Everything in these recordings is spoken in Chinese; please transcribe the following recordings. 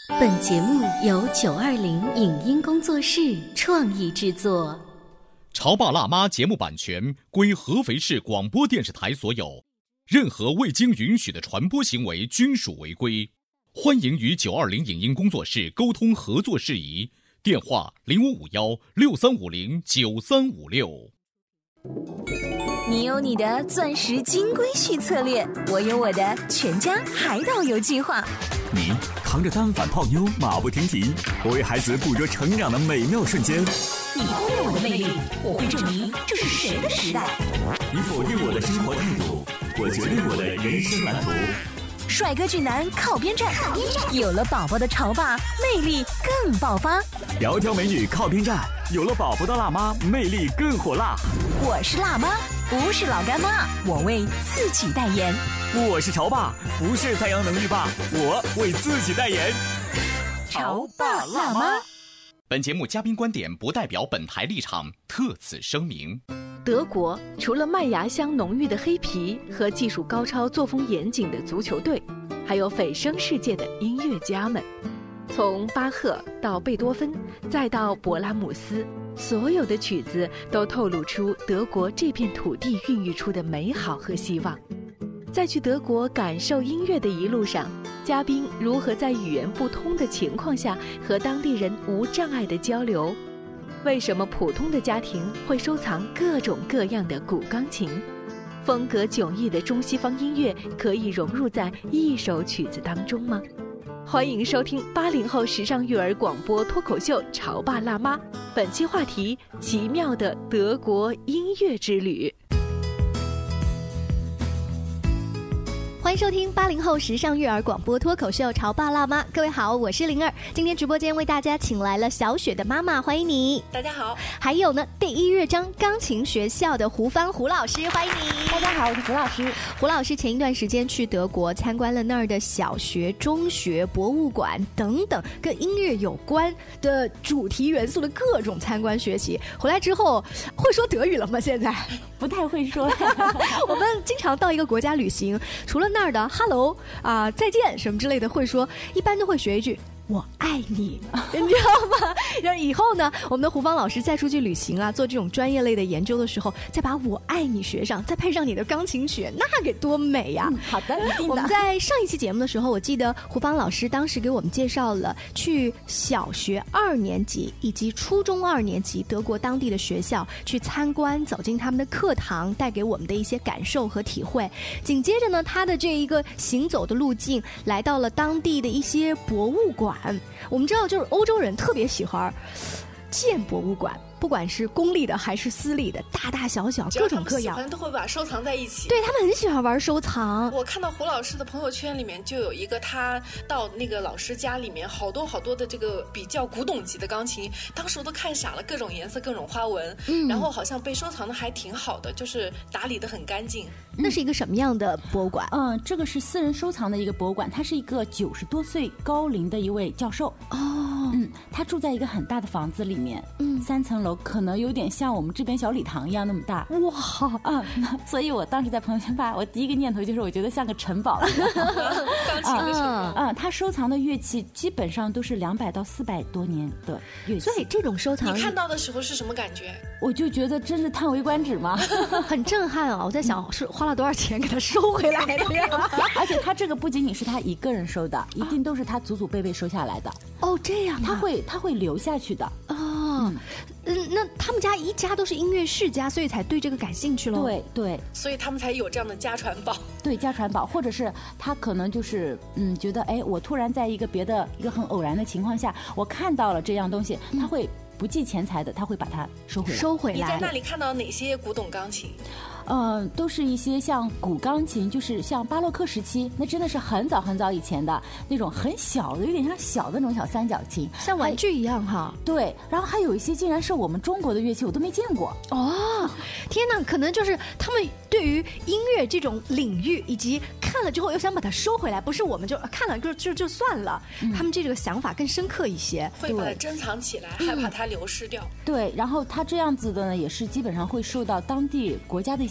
本节目由920影音工作室创意制作。 潮爸辣妈节目版权归合肥市广播电视台所有，任何未经允许的传播行为均属违规。欢迎与920影音工作室沟通合作事宜，电话055163509356。 你有你的钻石金龟婿策略，我有我的全家海岛游计划。 你扛着单反泡妞马不停蹄，我为孩子捕捉成长的美妙瞬间。 你忽略我的魅力，我会证明这是谁的时代。 你否定我的生活态度，我决定我的人生蓝图。 帅哥俊男靠边站，有了宝宝的潮爸魅力更爆发。 窈窕美女靠边站，有了宝宝的辣妈魅力更火辣。 我是辣妈，不是老干妈，我为自己代言。 我是潮爸，不是太阳能浴霸，我为自己代言。 潮爸辣妈。 本节目嘉宾观点不代表本台立场，特此声明。 德国除了麦芽香浓郁的黑皮和技术高超、作风严谨的足球队，还有蜚声世界的音乐家们。从巴赫到贝多芬，再到勃拉姆斯，所有的曲子都透露出德国这片土地孕育出的美好和希望。在去德国感受音乐的一路上，嘉宾如何在语言不通的情况下和当地人无障碍的交流？为什么普通的家庭会收藏各种各样的古钢琴？风格迥异的中西方音乐可以融入在一首曲子当中吗？欢迎收听80后时尚育儿广播脱口秀《潮爸辣妈》，本期话题：奇妙的德国音乐之旅。 欢迎收听80后时尚育儿广播脱口秀《潮爸辣妈》，各位好，我是灵儿。今天直播间为大家请来了小雪的妈妈，欢迎你。 大家好。 还有呢，第一乐章钢琴学校的胡芳胡老师，欢迎你。 大家好，我是胡老师。 胡老师前一段时间去德国参观了那儿的小学、中学、博物馆等等跟音乐有关的主题元素的各种参观学习，回来之后会说德语了吗？现在不太会说。 我们经常到一个国家旅行，除了那儿的 hello 再见什么之类的会说，一般都会学一句我爱你，你知道吗？然后以后呢，我们的胡芳老师再出去旅行啊，做这种专业类的研究的时候，再把我爱你学上，再配上你的钢琴曲，那给多美呀！ 好的，一定的。 我们在上一期节目的时候，我记得胡芳老师当时给我们介绍了去小学2年级以及初中2年级德国当地的学校去参观，走进他们的课堂，带给我们的一些感受和体会。紧接着呢，他的这一个行走的路径来到了当地的一些博物馆。我们知道，就是欧洲人特别喜欢建博物馆，不管是公立的还是私立的，大大小小各种各样， 喜欢都会把收藏在一起。 对，他们很喜欢玩收藏。 我看到胡老师的朋友圈里面就有一个，他到那个老师家里面，好多好多的这个比较古董级的钢琴，当时我都看傻了，各种颜色各种花纹，然后好像被收藏的还挺好的，就是打理的很干净。 那是一个什么样的博物馆？ 这个是私人收藏的一个博物馆，他是一个90多岁高龄的一位教授。他住在一个很大的房子里面，3层楼，可能有点像我们这边小礼堂一样那么大。哇，所以我当时在朋友圈发，我第一个念头就是我觉得像个城堡。 钢琴的城堡。 他收藏的乐器基本上都是200到400多年的乐器。 所以这种收藏， 你看到的时候是什么感觉？ 我就觉得真是叹为观止嘛， 很震撼啊！我在想，是花了多少钱给他收回来的呀？ 而且他这个不仅仅是他一个人收的，一定都是他祖祖辈辈收下来的。 哦，这样啊， 他会留下去的。 那他们家一家都是音乐世家，所以才对这个感兴趣喽。 对， 所以他们才有这样的家传宝。 对，家传宝，或者是他可能就是觉得我突然在一个很偶然的情况下，我看到了这样东西，他会不计钱财的，他会把它收回来。 你在那里看到哪些古董钢琴？ 都是一些像古钢琴，就是像巴洛克时期，那真的是很早很早以前的那种很小的，有点像小的那种小三角琴， 像玩具一样哈。 对，然后还有一些竟然是我们中国的乐器，我都没见过。 天哪，可能就是他们对于音乐这种领域，以及看了之后又想把它收回来，不是我们就看了就算了，他们这个想法更深刻一些， 会把它珍藏起来，害怕它流失掉。 对，然后他这样子的呢，也是基本上会受到当地国家的一些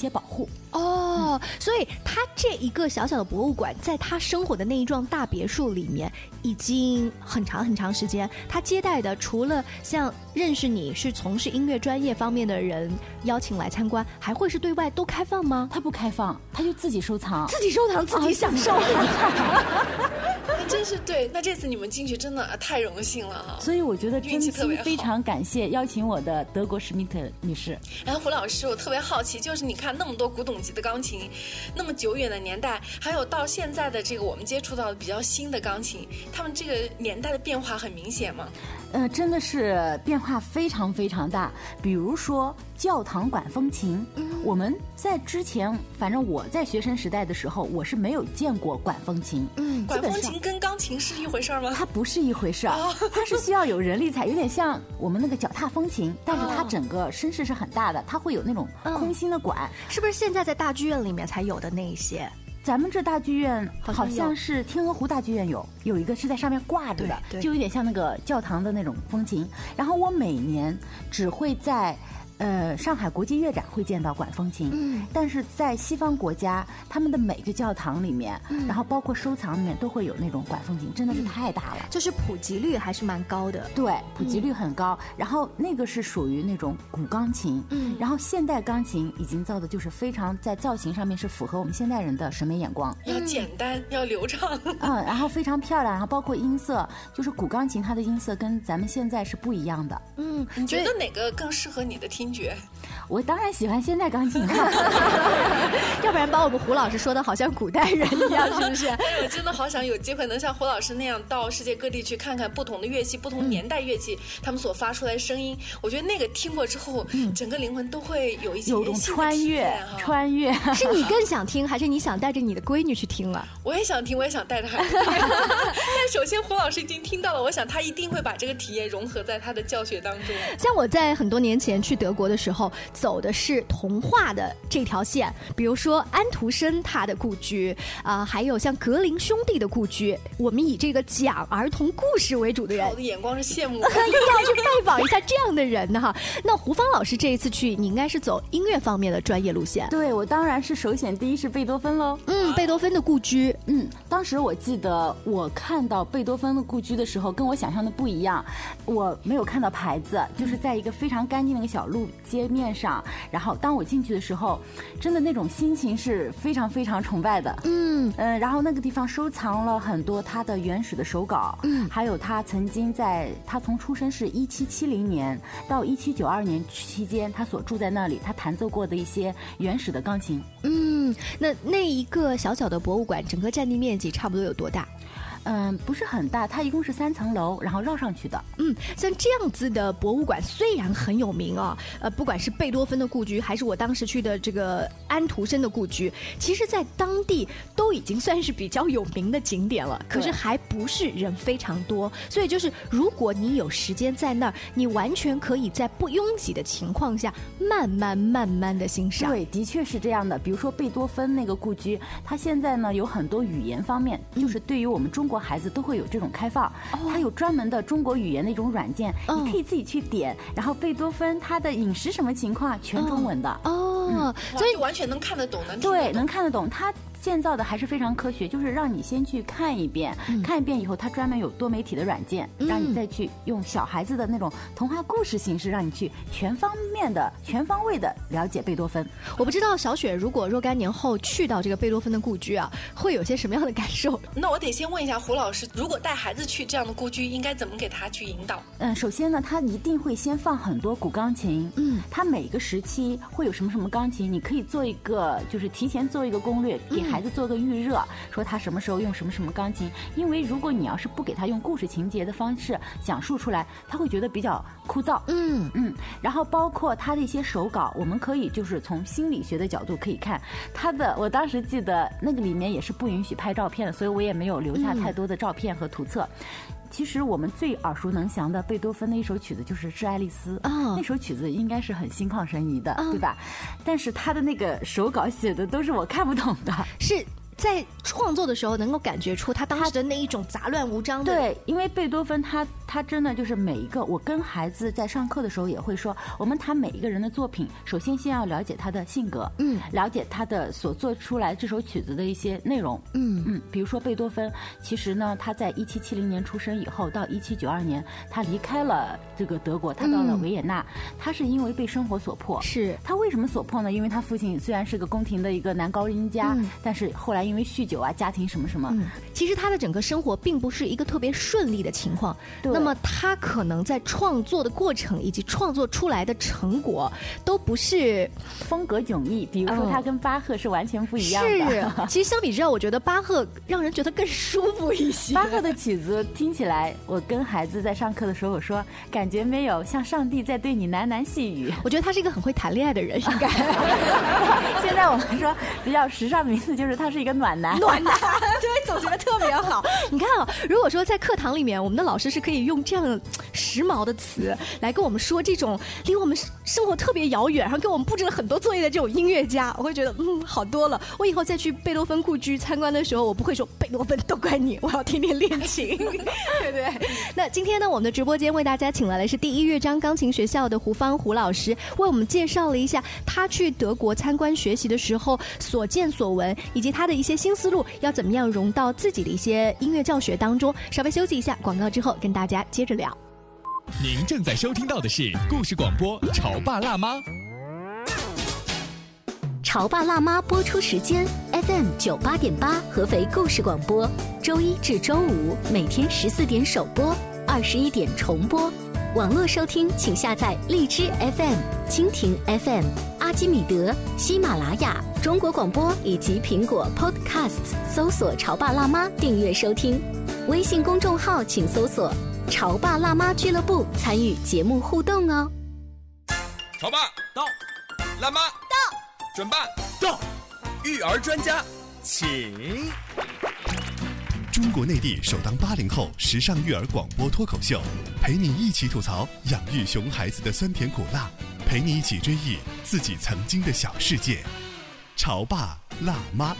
些保护。 所以他这一个小小的博物馆，在他生活的那一幢大别墅里面，已经很长很长时间。他接待的除了像认识你是从事音乐专业方面的人邀请来参观，还会是对外都开放吗？ 他不开放，他就自己收藏， 自己收藏，自己享受。 那真是对，那这次你们进去真的太荣幸了哈。 所以我觉得真心非常感谢邀请我的德国史密特女士。 然后胡老师，我特别好奇，就是你看那么多古董级的钢琴，那么久远的年代，还有到现在的这个我们接触到的比较新的钢琴，他们这个年代的变化很明显吗？ 真的是变化非常非常大。比如说教堂管风琴，我们在之前，反正我在学生时代的时候，我是没有见过管风琴。 管风琴跟钢琴是一回事吗？ 它不是一回事儿，它是需要有人力才，有点像我们那个脚踏风琴，但是它整个声势是很大的，它会有那种空心的管。 是不是现在在大剧院里面才有的那一些？ 咱们这大剧院好像是天鹅湖大剧院有一个是在上面挂着的，就有点像那个教堂的那种风琴。然后我每年只会在上海国际乐展会见到管风琴，但是在西方国家，他们的每个教堂里面，然后包括收藏里面都会有那种管风琴，真的是太大了， 就是普及率还是蛮高的。 对，普及率很高。然后那个是属于那种古钢琴，然后现代钢琴已经造的就是非常在造型上面是符合我们现代人的审美眼光， 要简单，要流畅， 然后非常漂亮，然后包括音色，就是古钢琴它的音色跟咱们现在是不一样的。 你觉得哪个更适合你的听觉？ 我当然喜欢现代钢琴了， 要不然把我们胡老师说的好像古代人一样，是不是？ 我真的好想有机会能像胡老师那样到世界各地去看看不同的乐器、不同年代乐器他们所发出来的声音。我觉得那个听过之后，整个灵魂都会有一些有种穿越。 是你更想听，还是你想带着你的闺女去听了？ 我也想听，我也想带着孩子听。但首先胡老师已经听到了，我想他一定会把这个体验融合在他的教学当中。 像我在很多年前去德国的时候，走的是童话的这条线，比如说安徒生他的故居还有像格林兄弟的故居。我们以这个讲儿童故事为主的人， 我的眼光是羡慕， 一定要去拜访一下这样的人哈。那胡芳老师这一次去，你应该是走音乐方面的专业路线。 对，我当然是首选第一是贝多芬喽。 贝多芬的故居。 当时我记得我看到贝多芬的故居的时候，跟我想象的不一样。我没有看到牌子，就是在一个非常干净的一个小路街面上。然后当我进去的时候，真的那种心情是非常非常崇拜的。然后那个地方收藏了很多他的原始的手稿，还有他曾经他从出生是1770年到1792年期间，他所住在那里，他弹奏过的一些原始的钢琴。 那一个小小的博物馆，整个占地面积差不多有多大？ 不是很大，它一共是3层楼，然后绕上去的。 像这样子的博物馆虽然很有名啊，不管是贝多芬的故居，还是我当时去的这个安徒生的故居，其实在当地都已经算是比较有名的景点了，可是还不是人非常多。所以就是如果你有时间在那儿，你完全可以在不拥挤的情况下慢慢的欣赏。 对，的确是这样的。比如说贝多芬那个故居，它现在呢有很多语言方面，就是对于我们中国孩子都会有这种开放，它有专门的中国语言的一种软件，你可以自己去点，然后贝多芬他的饮食什么情况全中文的。 所以完全能看得懂， 对，能看得懂。他建造的还是非常科学，就是让你先去看一遍，看一遍以后，它专门有多媒体的软件，让你再去用小孩子的那种童话故事形式，让你去全方位的了解贝多芬。 我不知道小雪如果若干年后去到这个贝多芬的故居啊，会有些什么样的感受？ 那我得先问一下胡老师，如果带孩子去这样的故居，应该怎么给他去引导？ 首先呢，他一定会先放很多古钢琴，他每个时期会有什么钢琴，你可以做一个，就是提前做一个攻略，给孩子做个预热，说他什么时候用什么钢琴。因为如果你要是不给他用故事情节的方式讲述出来，他会觉得比较枯燥。然后包括他的一些手稿，我们可以就是从心理学的角度可以看他的。我当时记得那个里面也是不允许拍照片的，所以我也没有留下太多的照片和图册。其实我们最耳熟能详的贝多芬的一首曲子就是《致爱丽丝》，那首曲子应该是很心旷神怡的，对吧？但是他的那个手稿写的都是我看不懂的， 是在创作的时候能够感觉出他当时的那一种杂乱无章的。 对，因为贝多芬他他真的就是每一个，我跟孩子在上课的时候也会说，我们谈每一个人的作品，首先要了解他的性格，了解他的所做出来这首曲子的一些内容，比如说贝多芬，其实呢，他在1770年出生以后，到1792年，他离开了这个德国，他到了维也纳，他是因为被生活所迫。 是他为什么所迫呢？因为他父亲虽然是个宫廷的一个男高音家，但是后来因为酗酒啊，家庭什么什么， 其实他的整个生活并不是一个特别顺利的情况。那么他可能在创作的过程以及创作出来的成果都不是风格迥异，比如说他跟巴赫是完全不一样的。 是，其实相比之下，我觉得巴赫让人觉得更舒服一些。 巴赫的曲子听起来，我跟孩子在上课的时候我说，感觉没有像上帝在对你喃喃细语。 我觉得他是一个很会谈恋爱的人，应该。 现在我们说比较时尚的名字就是他是一个暖男。 暖男，对，总结得特别好。你看啊，如果说在课堂里面，我们的老师是可以用这样时髦的词来跟我们说这种离我们生活特别遥远，然后给我们布置了很多作业的这种音乐家，我会觉得好多了。我以后再去贝多芬故居参观的时候，我不会说贝多芬都怪你，我要天天练琴，对不对？那今天呢，我们的直播间为大家请来的是第一乐章钢琴学校的胡芳胡老师，为我们介绍了一下他去德国参观学习的时候所见所闻，以及他的一些新思路要怎么样融到自己的一些音乐教学当中。稍微休息一下，广告之后跟大家接着聊。 您正在收听到的是故事广播《潮爸辣妈》。 潮爸辣妈播出时间 FM 98.8合肥故事广播，周一至周五每天14点首播，21点重播。网络收听请下载荔枝 FM、蜻蜓 FM、阿基米德、喜马拉雅、中国广播以及苹果 Podcasts， 搜索潮爸辣妈订阅收听。微信公众号请搜索潮爸辣妈俱乐部，参与节目互动哦。 潮爸到，辣妈到，准爸到，育儿专家请。 中国内地首档80后时尚育儿广播脱口秀，陪你一起吐槽养育熊孩子的酸甜苦辣，陪你一起追忆自己曾经的小世界。潮爸辣妈。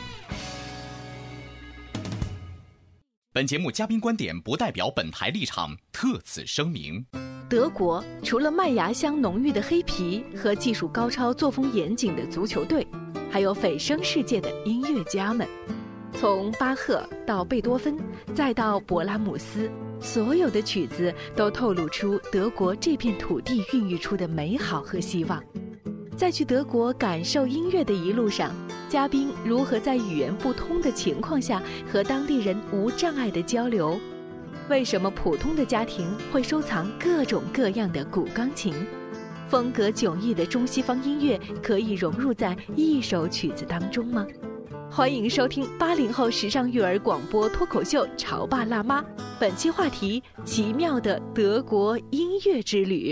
本节目嘉宾观点不代表本台立场，特此声明。 德国除了麦芽香浓郁的黑皮和技术高超、作风严谨的足球队，还有蜚声世界的音乐家们。从巴赫到贝多芬，再到勃拉姆斯，所有的曲子都透露出德国这片土地孕育出的美好和希望。在去德国感受音乐的一路上，嘉宾如何在语言不通的情况下和当地人无障碍的交流？为什么普通的家庭会收藏各种各样的古钢琴？风格迥异的中西方音乐可以融入在一首曲子当中吗？欢迎收听80后时尚育儿广播脱口秀《潮爸辣妈》，本期话题：奇妙的德国音乐之旅。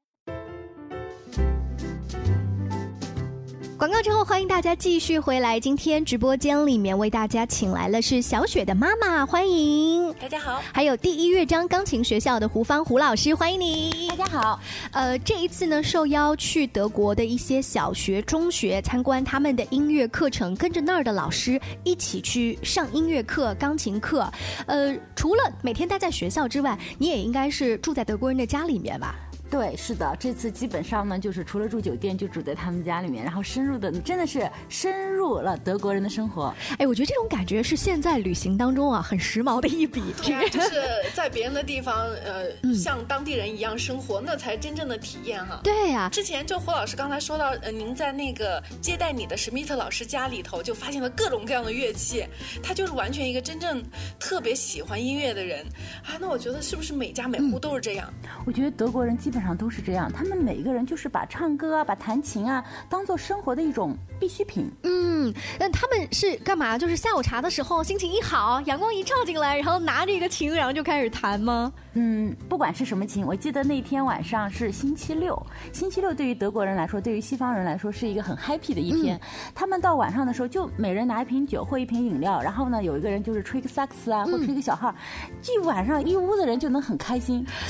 广告之后，欢迎大家继续回来。今天直播间里面为大家请来了是小雪的妈妈，欢迎大家好。 还有第一乐章钢琴学校的胡芳胡老师，欢迎你， 大家好。 这一次呢，受邀去德国的一些小学、中学参观他们的音乐课程，跟着那儿的老师一起去上音乐课、钢琴课。除了每天待在学校之外，你也应该是住在德国人的家里面吧？ 对，是的，这次基本上呢，就是除了住酒店，就住在他们家里面，然后真的是深入了德国人的生活。 哎，我觉得这种感觉是现在旅行当中啊很时髦的一笔。 就是在别人的地方，像当地人一样生活，那才真正的体验哈。 对呀， 之前就胡老师刚才说到，您在那个接待你的史密特老师家里头，就发现了各种各样的乐器，他就是完全一个真正特别喜欢音乐的人啊。那我觉得是不是每家每户都是这样？ 我觉得德国人基本上都是这样，他们每一个人就是把唱歌啊、把弹琴啊当做生活的一种必需品。 那他们是干嘛？就是下午茶的时候心情一好，阳光一照进来，然后拿着一个琴，然后就开始弹吗？ 不管是什么琴，我记得那天晚上是星期六。星期六对于德国人来说，对于西方人来说是一个很 happy 的一天。他们到晚上的时候，就每人拿一瓶酒或一瓶饮料，然后呢，有一个人就是吹个萨克斯啊，或吹个小号，一晚上一屋的人就能很开心。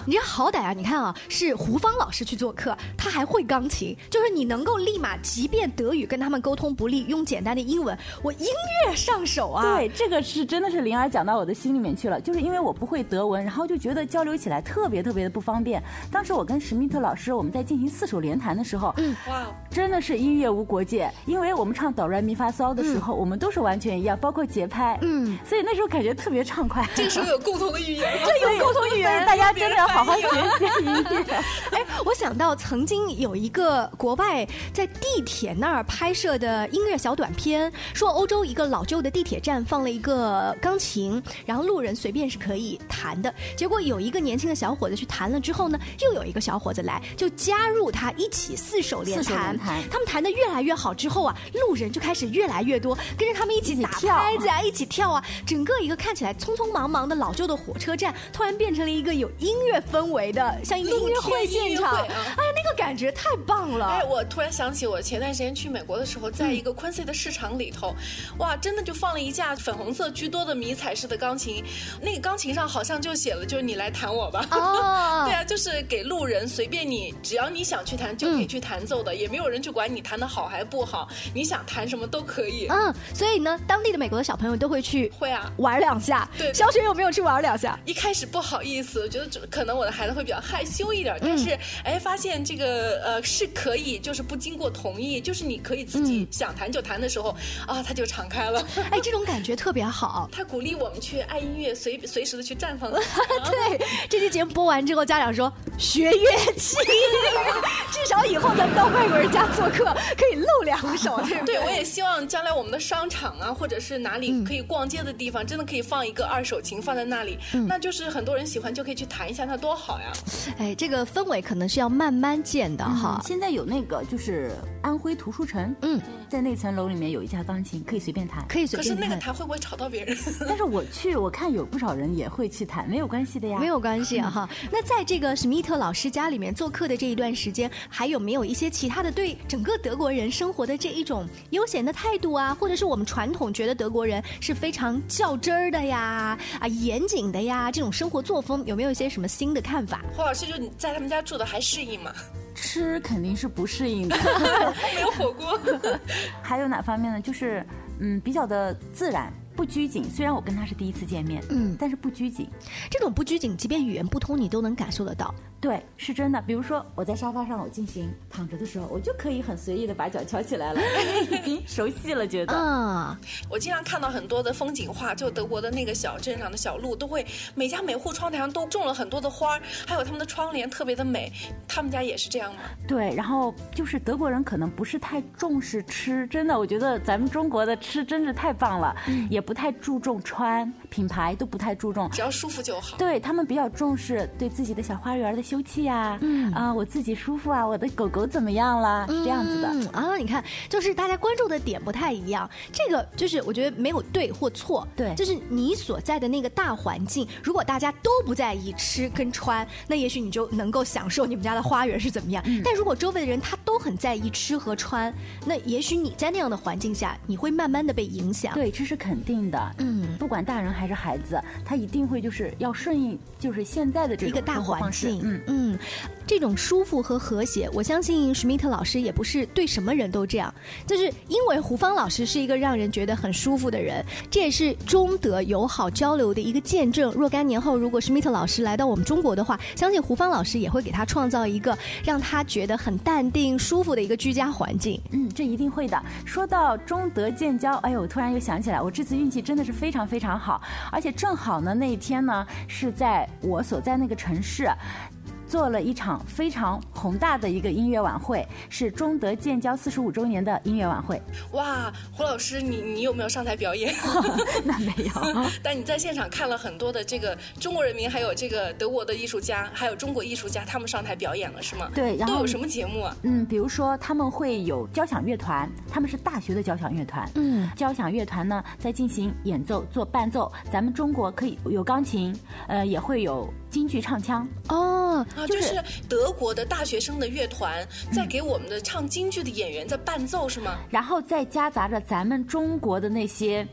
你这好歹啊，你看啊，是胡芳老师去做客，他还会钢琴，就是你能够立马，即便德语跟他们沟通不利，用简单的英文，我音乐上手啊。 对，这个是真的是灵儿讲到我的心里面去了，就是因为我不会德文，然后就觉得交流起来特别的不方便。当时我跟史密特老师我们在进行4手联弹的时候， 哇， 真的是音乐无国界，因为我们唱哆来咪发嗦的时候，我们都是完全一样，包括节拍，所以那时候感觉特别畅快。 这时候有共同的语言， 这有共同语言， 大家真的要好好学习音乐。 哎，我想到曾经有一个国外在地铁那儿拍摄的音乐小短片，说欧洲一个老旧的地铁站放了一个钢琴，然后路人随便是可以弹的。结果有一个年轻的小伙子去弹了之后呢，又有一个小伙子来就加入他一起4手联弹。他们弹得越来越好之后啊，路人就开始越来越多，跟着他们一起打拍子啊，一起跳啊，整个一个看起来匆匆忙忙的老旧的火车站，突然变成了一个有音乐氛围的，像一个音乐会现场。哎呀，那个感觉太棒了！ 哎，我突然想起我前段时间去美国的时候，在一个Quincy的市场里头，哇，真的就放了一架粉红色居多的迷彩式的钢琴，那个钢琴上好像就写了，就是你来弹我吧。对啊，就是给路人随便你，只要你想去弹就可以去弹奏的，也没有人去管你弹得好还不好，你想弹什么都可以。 所以呢，当地的美国的小朋友都会去玩2下。 对， 小雪有没有去玩2下？ 一开始不好意思，我觉得可能我的孩子会比较害羞一点，但是发现这个是可以，就是不经过同意，就是你可以自己想弹就弹的时候啊，他就敞开了。 哎，这种感觉特别好。 他鼓励我们去爱音乐，随时的去绽放。 对，这期节目播完之后，家长说学乐器，至少以后咱们到外国人家做客可以露2手，对不对？ 对，我也希望将来我们的商场啊，或者是哪里可以逛街的地方，真的可以放一个2手琴放在那里，那就是很多人喜欢就可以去弹一下，那多好呀！ 哎，这个氛围可能是要慢慢建的哈。 现在有那个就是安徽图书城，在那层楼里面有一架钢琴，可以随便弹， 可以随便弹。 可是那个弹会不会吵到别人？ 但是我看有不少人也会去弹，没有关系的呀， 没有关系啊哈。那在这个史密特老师家里面做客的这一段时间，还有没有一些其他的对整个德国人生活的这一种悠闲的态度啊，或者是我们传统觉得德国人是非常较真儿的呀、严谨的呀，这种生活作风有没有一些什么新的看法？ 霍老师，就你在他们家住的还适应吗？ 吃肯定是不适应的， 没有火锅。 还有哪方面呢？就是比较的自然。不拘谨，虽然我跟他是第一次见面，但是不拘谨。 这种不拘谨，即便语言不通，你都能感受得到。 对，是真的。比如说我在沙发上我进行躺着的时候，我就可以很随意的把脚翘起来了，因为已经熟悉了，觉得我经常看到很多的风景画，就德国的那个小镇上的小路，都会每家每户窗台上都种了很多的花，还有他们的窗帘特别的美。他们家也是这样吗？ 对，然后就是德国人可能不是太重视吃，真的，我觉得咱们中国的吃真是太棒了，也不太注重穿品牌，都不太注重， 只要舒服就好。 对，他们比较重视对自己的小花园的修葺啊，我自己舒服啊，我的狗狗怎么样啦，是这样子的你看，就是大家关注的点不太一样，这个就是我觉得没有对或错， 对， 就是你所在的那个大环境，如果大家都不在意吃跟穿，那也许你就能够享受你们家的花园是怎么样。但如果周围的人他都很在意吃和穿，那也许你在那样的环境下，你会慢慢的被影响。 对，这是肯定的。不管大人还是孩子，他一定会就是要顺应，就是现在的这种一个大环境。这种舒服和和谐，我相信史密特老师也不是对什么人都这样，就是因为胡芳老师是一个让人觉得很舒服的人，这也是中德友好交流的一个见证。若干年后，如果史密特老师来到我们中国的话，相信胡芳老师也会给他创造一个让他觉得很淡定、舒服的一个居家环境。 这一定会的。说到中德建交，哎呦，我突然又想起来，我这次运气真的是非常非常好，而且正好呢，那一天呢是在我所在那个城市做了一场非常宏大的一个音乐晚会，是中德建交45周年的音乐晚会。 哇，胡老师，你有没有上台表演？ 那没有。 但你在现场看了很多的这个中国人民，还有这个德国的艺术家，还有中国艺术家，他们上台表演了是吗？ 对，然后都有什么节目啊？ 比如说他们会有交响乐团，他们是大学的交响乐团。交响乐团呢在进行演奏做伴奏，咱们中国可以有钢琴，也会有京剧唱腔。 就是德国的大学生的乐团在给我们的唱京剧的演员在伴奏是吗？ 然后再夹杂着咱们中国的那些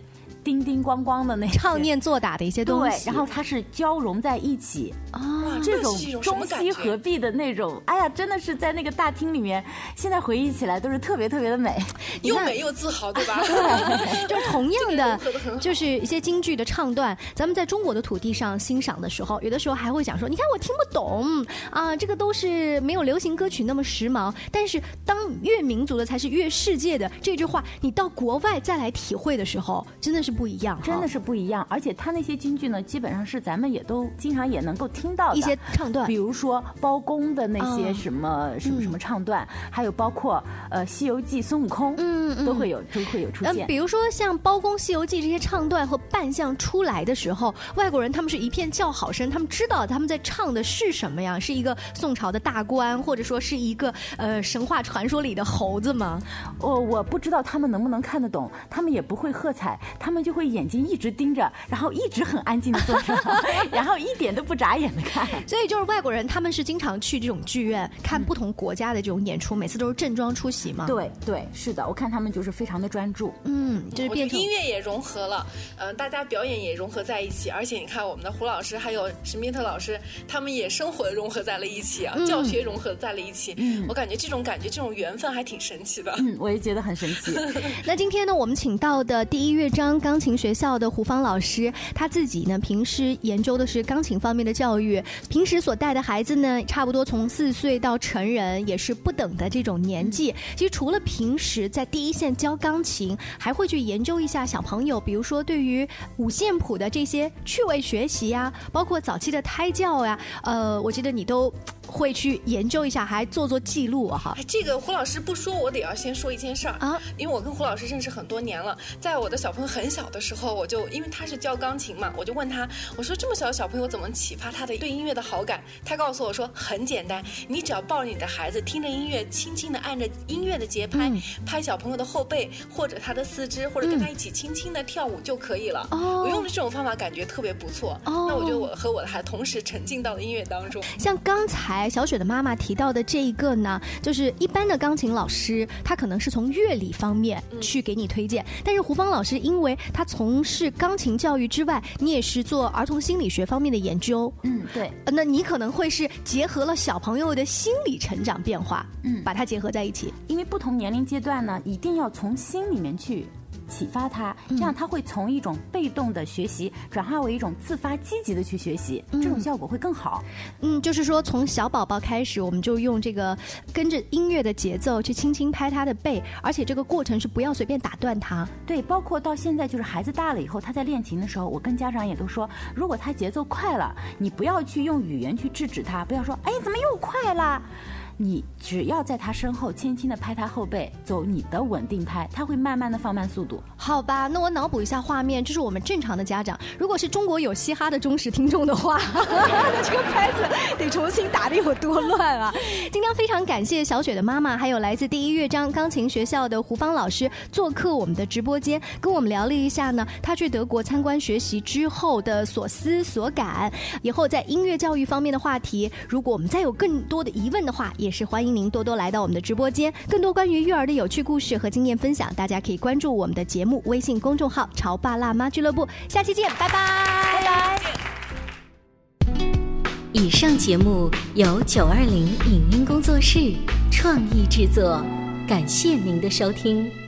叮叮咣咣的那唱念做打的一些东西， 对，然后它是交融在一起这种中西合璧的那种，哎呀，真的是在那个大厅里面，现在回忆起来都是特别特别的美， 又美又自豪，对吧？ 对，就是同样的，就是一些京剧的唱段，咱们在中国的土地上欣赏的时候，有的时候还会讲说，你看我听不懂啊，这个都是没有流行歌曲那么时髦。但是当越民族的才是越世界的这句话，你到国外再来体会的时候，真的是不一样， 真的是不一样。而且他那些京剧呢，基本上是咱们也都经常也能够听到的一些唱段， 比如说包公的那些什么唱段，还有包括《西游记》孙悟空，都会有出现。 比如说像包公、西游记这些唱段和扮相出来的时候，外国人他们是一片叫好声，他们知道他们在唱的是什么呀？是一个宋朝的大官，或者说是一个神话传说里的猴子吗？ 我不知道他们能不能看得懂，他们也不会喝彩，他们就会眼睛一直盯着，然后一直很安静的坐着，然后一点都不眨眼的看。 所以就是外国人他们是经常去这种剧院看不同国家的这种演出，每次都是正装出席嘛。 对对，是的，我看他们就是非常的专注， 就是变成音乐也融合了，大家表演也融合在一起，而且你看我们的胡老师还有史密特老师，他们也生活融合在了一起啊，教学融合在了一起，我感觉这种缘分还挺神奇的。 我也觉得很神奇。 那今天呢，我们请到的第一乐章钢琴学校的胡芳老师，他自己呢平时研究的是钢琴方面的教育，平时所带的孩子呢，差不多从4岁到成人，也是不等的这种年纪。其实除了平时在第一线教钢琴，还会去研究一下小朋友，比如说对于五线谱的这些趣味学习呀，包括早期的胎教呀，我记得你都会去研究一下，还做记录哈。 这个胡老师不说，我得要先说一件事儿啊，因为我跟胡老师认识很多年了，在我的小朋友很小的时候，我就因为他是教钢琴嘛，我就问他，我说这么小的小朋友怎么启发他的对音乐的好感？他告诉我说很简单，你只要抱着你的孩子，听着音乐，轻轻的按着音乐的节拍，拍小朋友的后背或者他的四肢，或者跟他一起轻轻的跳舞就可以了。我用了这种方法，感觉特别不错。那我就和我的孩子同时沉浸到了音乐当中。 像刚才小雪的妈妈提到的这一个呢，就是一般的钢琴老师，他可能是从乐理方面去给你推荐，但是胡芳老师因为他从事钢琴教育之外，你也是做儿童心理学方面的研究。 对， 那你可能会是结合了小朋友的心理成长变化，把它结合在一起。 因为不同年龄阶段呢，一定要从心里面去启发他，这样他会从一种被动的学习转化为一种自发积极的去学习，这种效果会更好。 就是说从小宝宝开始，我们就用这个跟着音乐的节奏去轻轻拍他的背，而且这个过程是不要随便打断他。 对，包括到现在就是孩子大了以后，他在练琴的时候，我跟家长也都说，如果他节奏快了，你不要去用语言去制止他，不要说哎怎么又快了，你只要在他身后轻轻地拍他后背，走你的稳定拍，他会慢慢的放慢速度。 好吧，那我脑补一下画面，这是我们正常的家长，如果是中国有嘻哈的忠实听众的话，那这个拍子得重新打得有多乱啊。今天非常感谢小雪的妈妈，还有来自第一乐章钢琴学校的胡芳老师做客我们的直播间，跟我们聊了一下呢他去德国参观学习之后的所思所感，以后在音乐教育方面的话题，如果我们再有更多的疑问的话，也是欢迎您多多来到我们的直播间。更多关于育儿的有趣故事和经验分享，大家可以关注我们的节目微信公众号潮爸辣妈俱乐部。下期见，拜拜，拜拜。 以上节目由920影音工作室创意制作，感谢您的收听。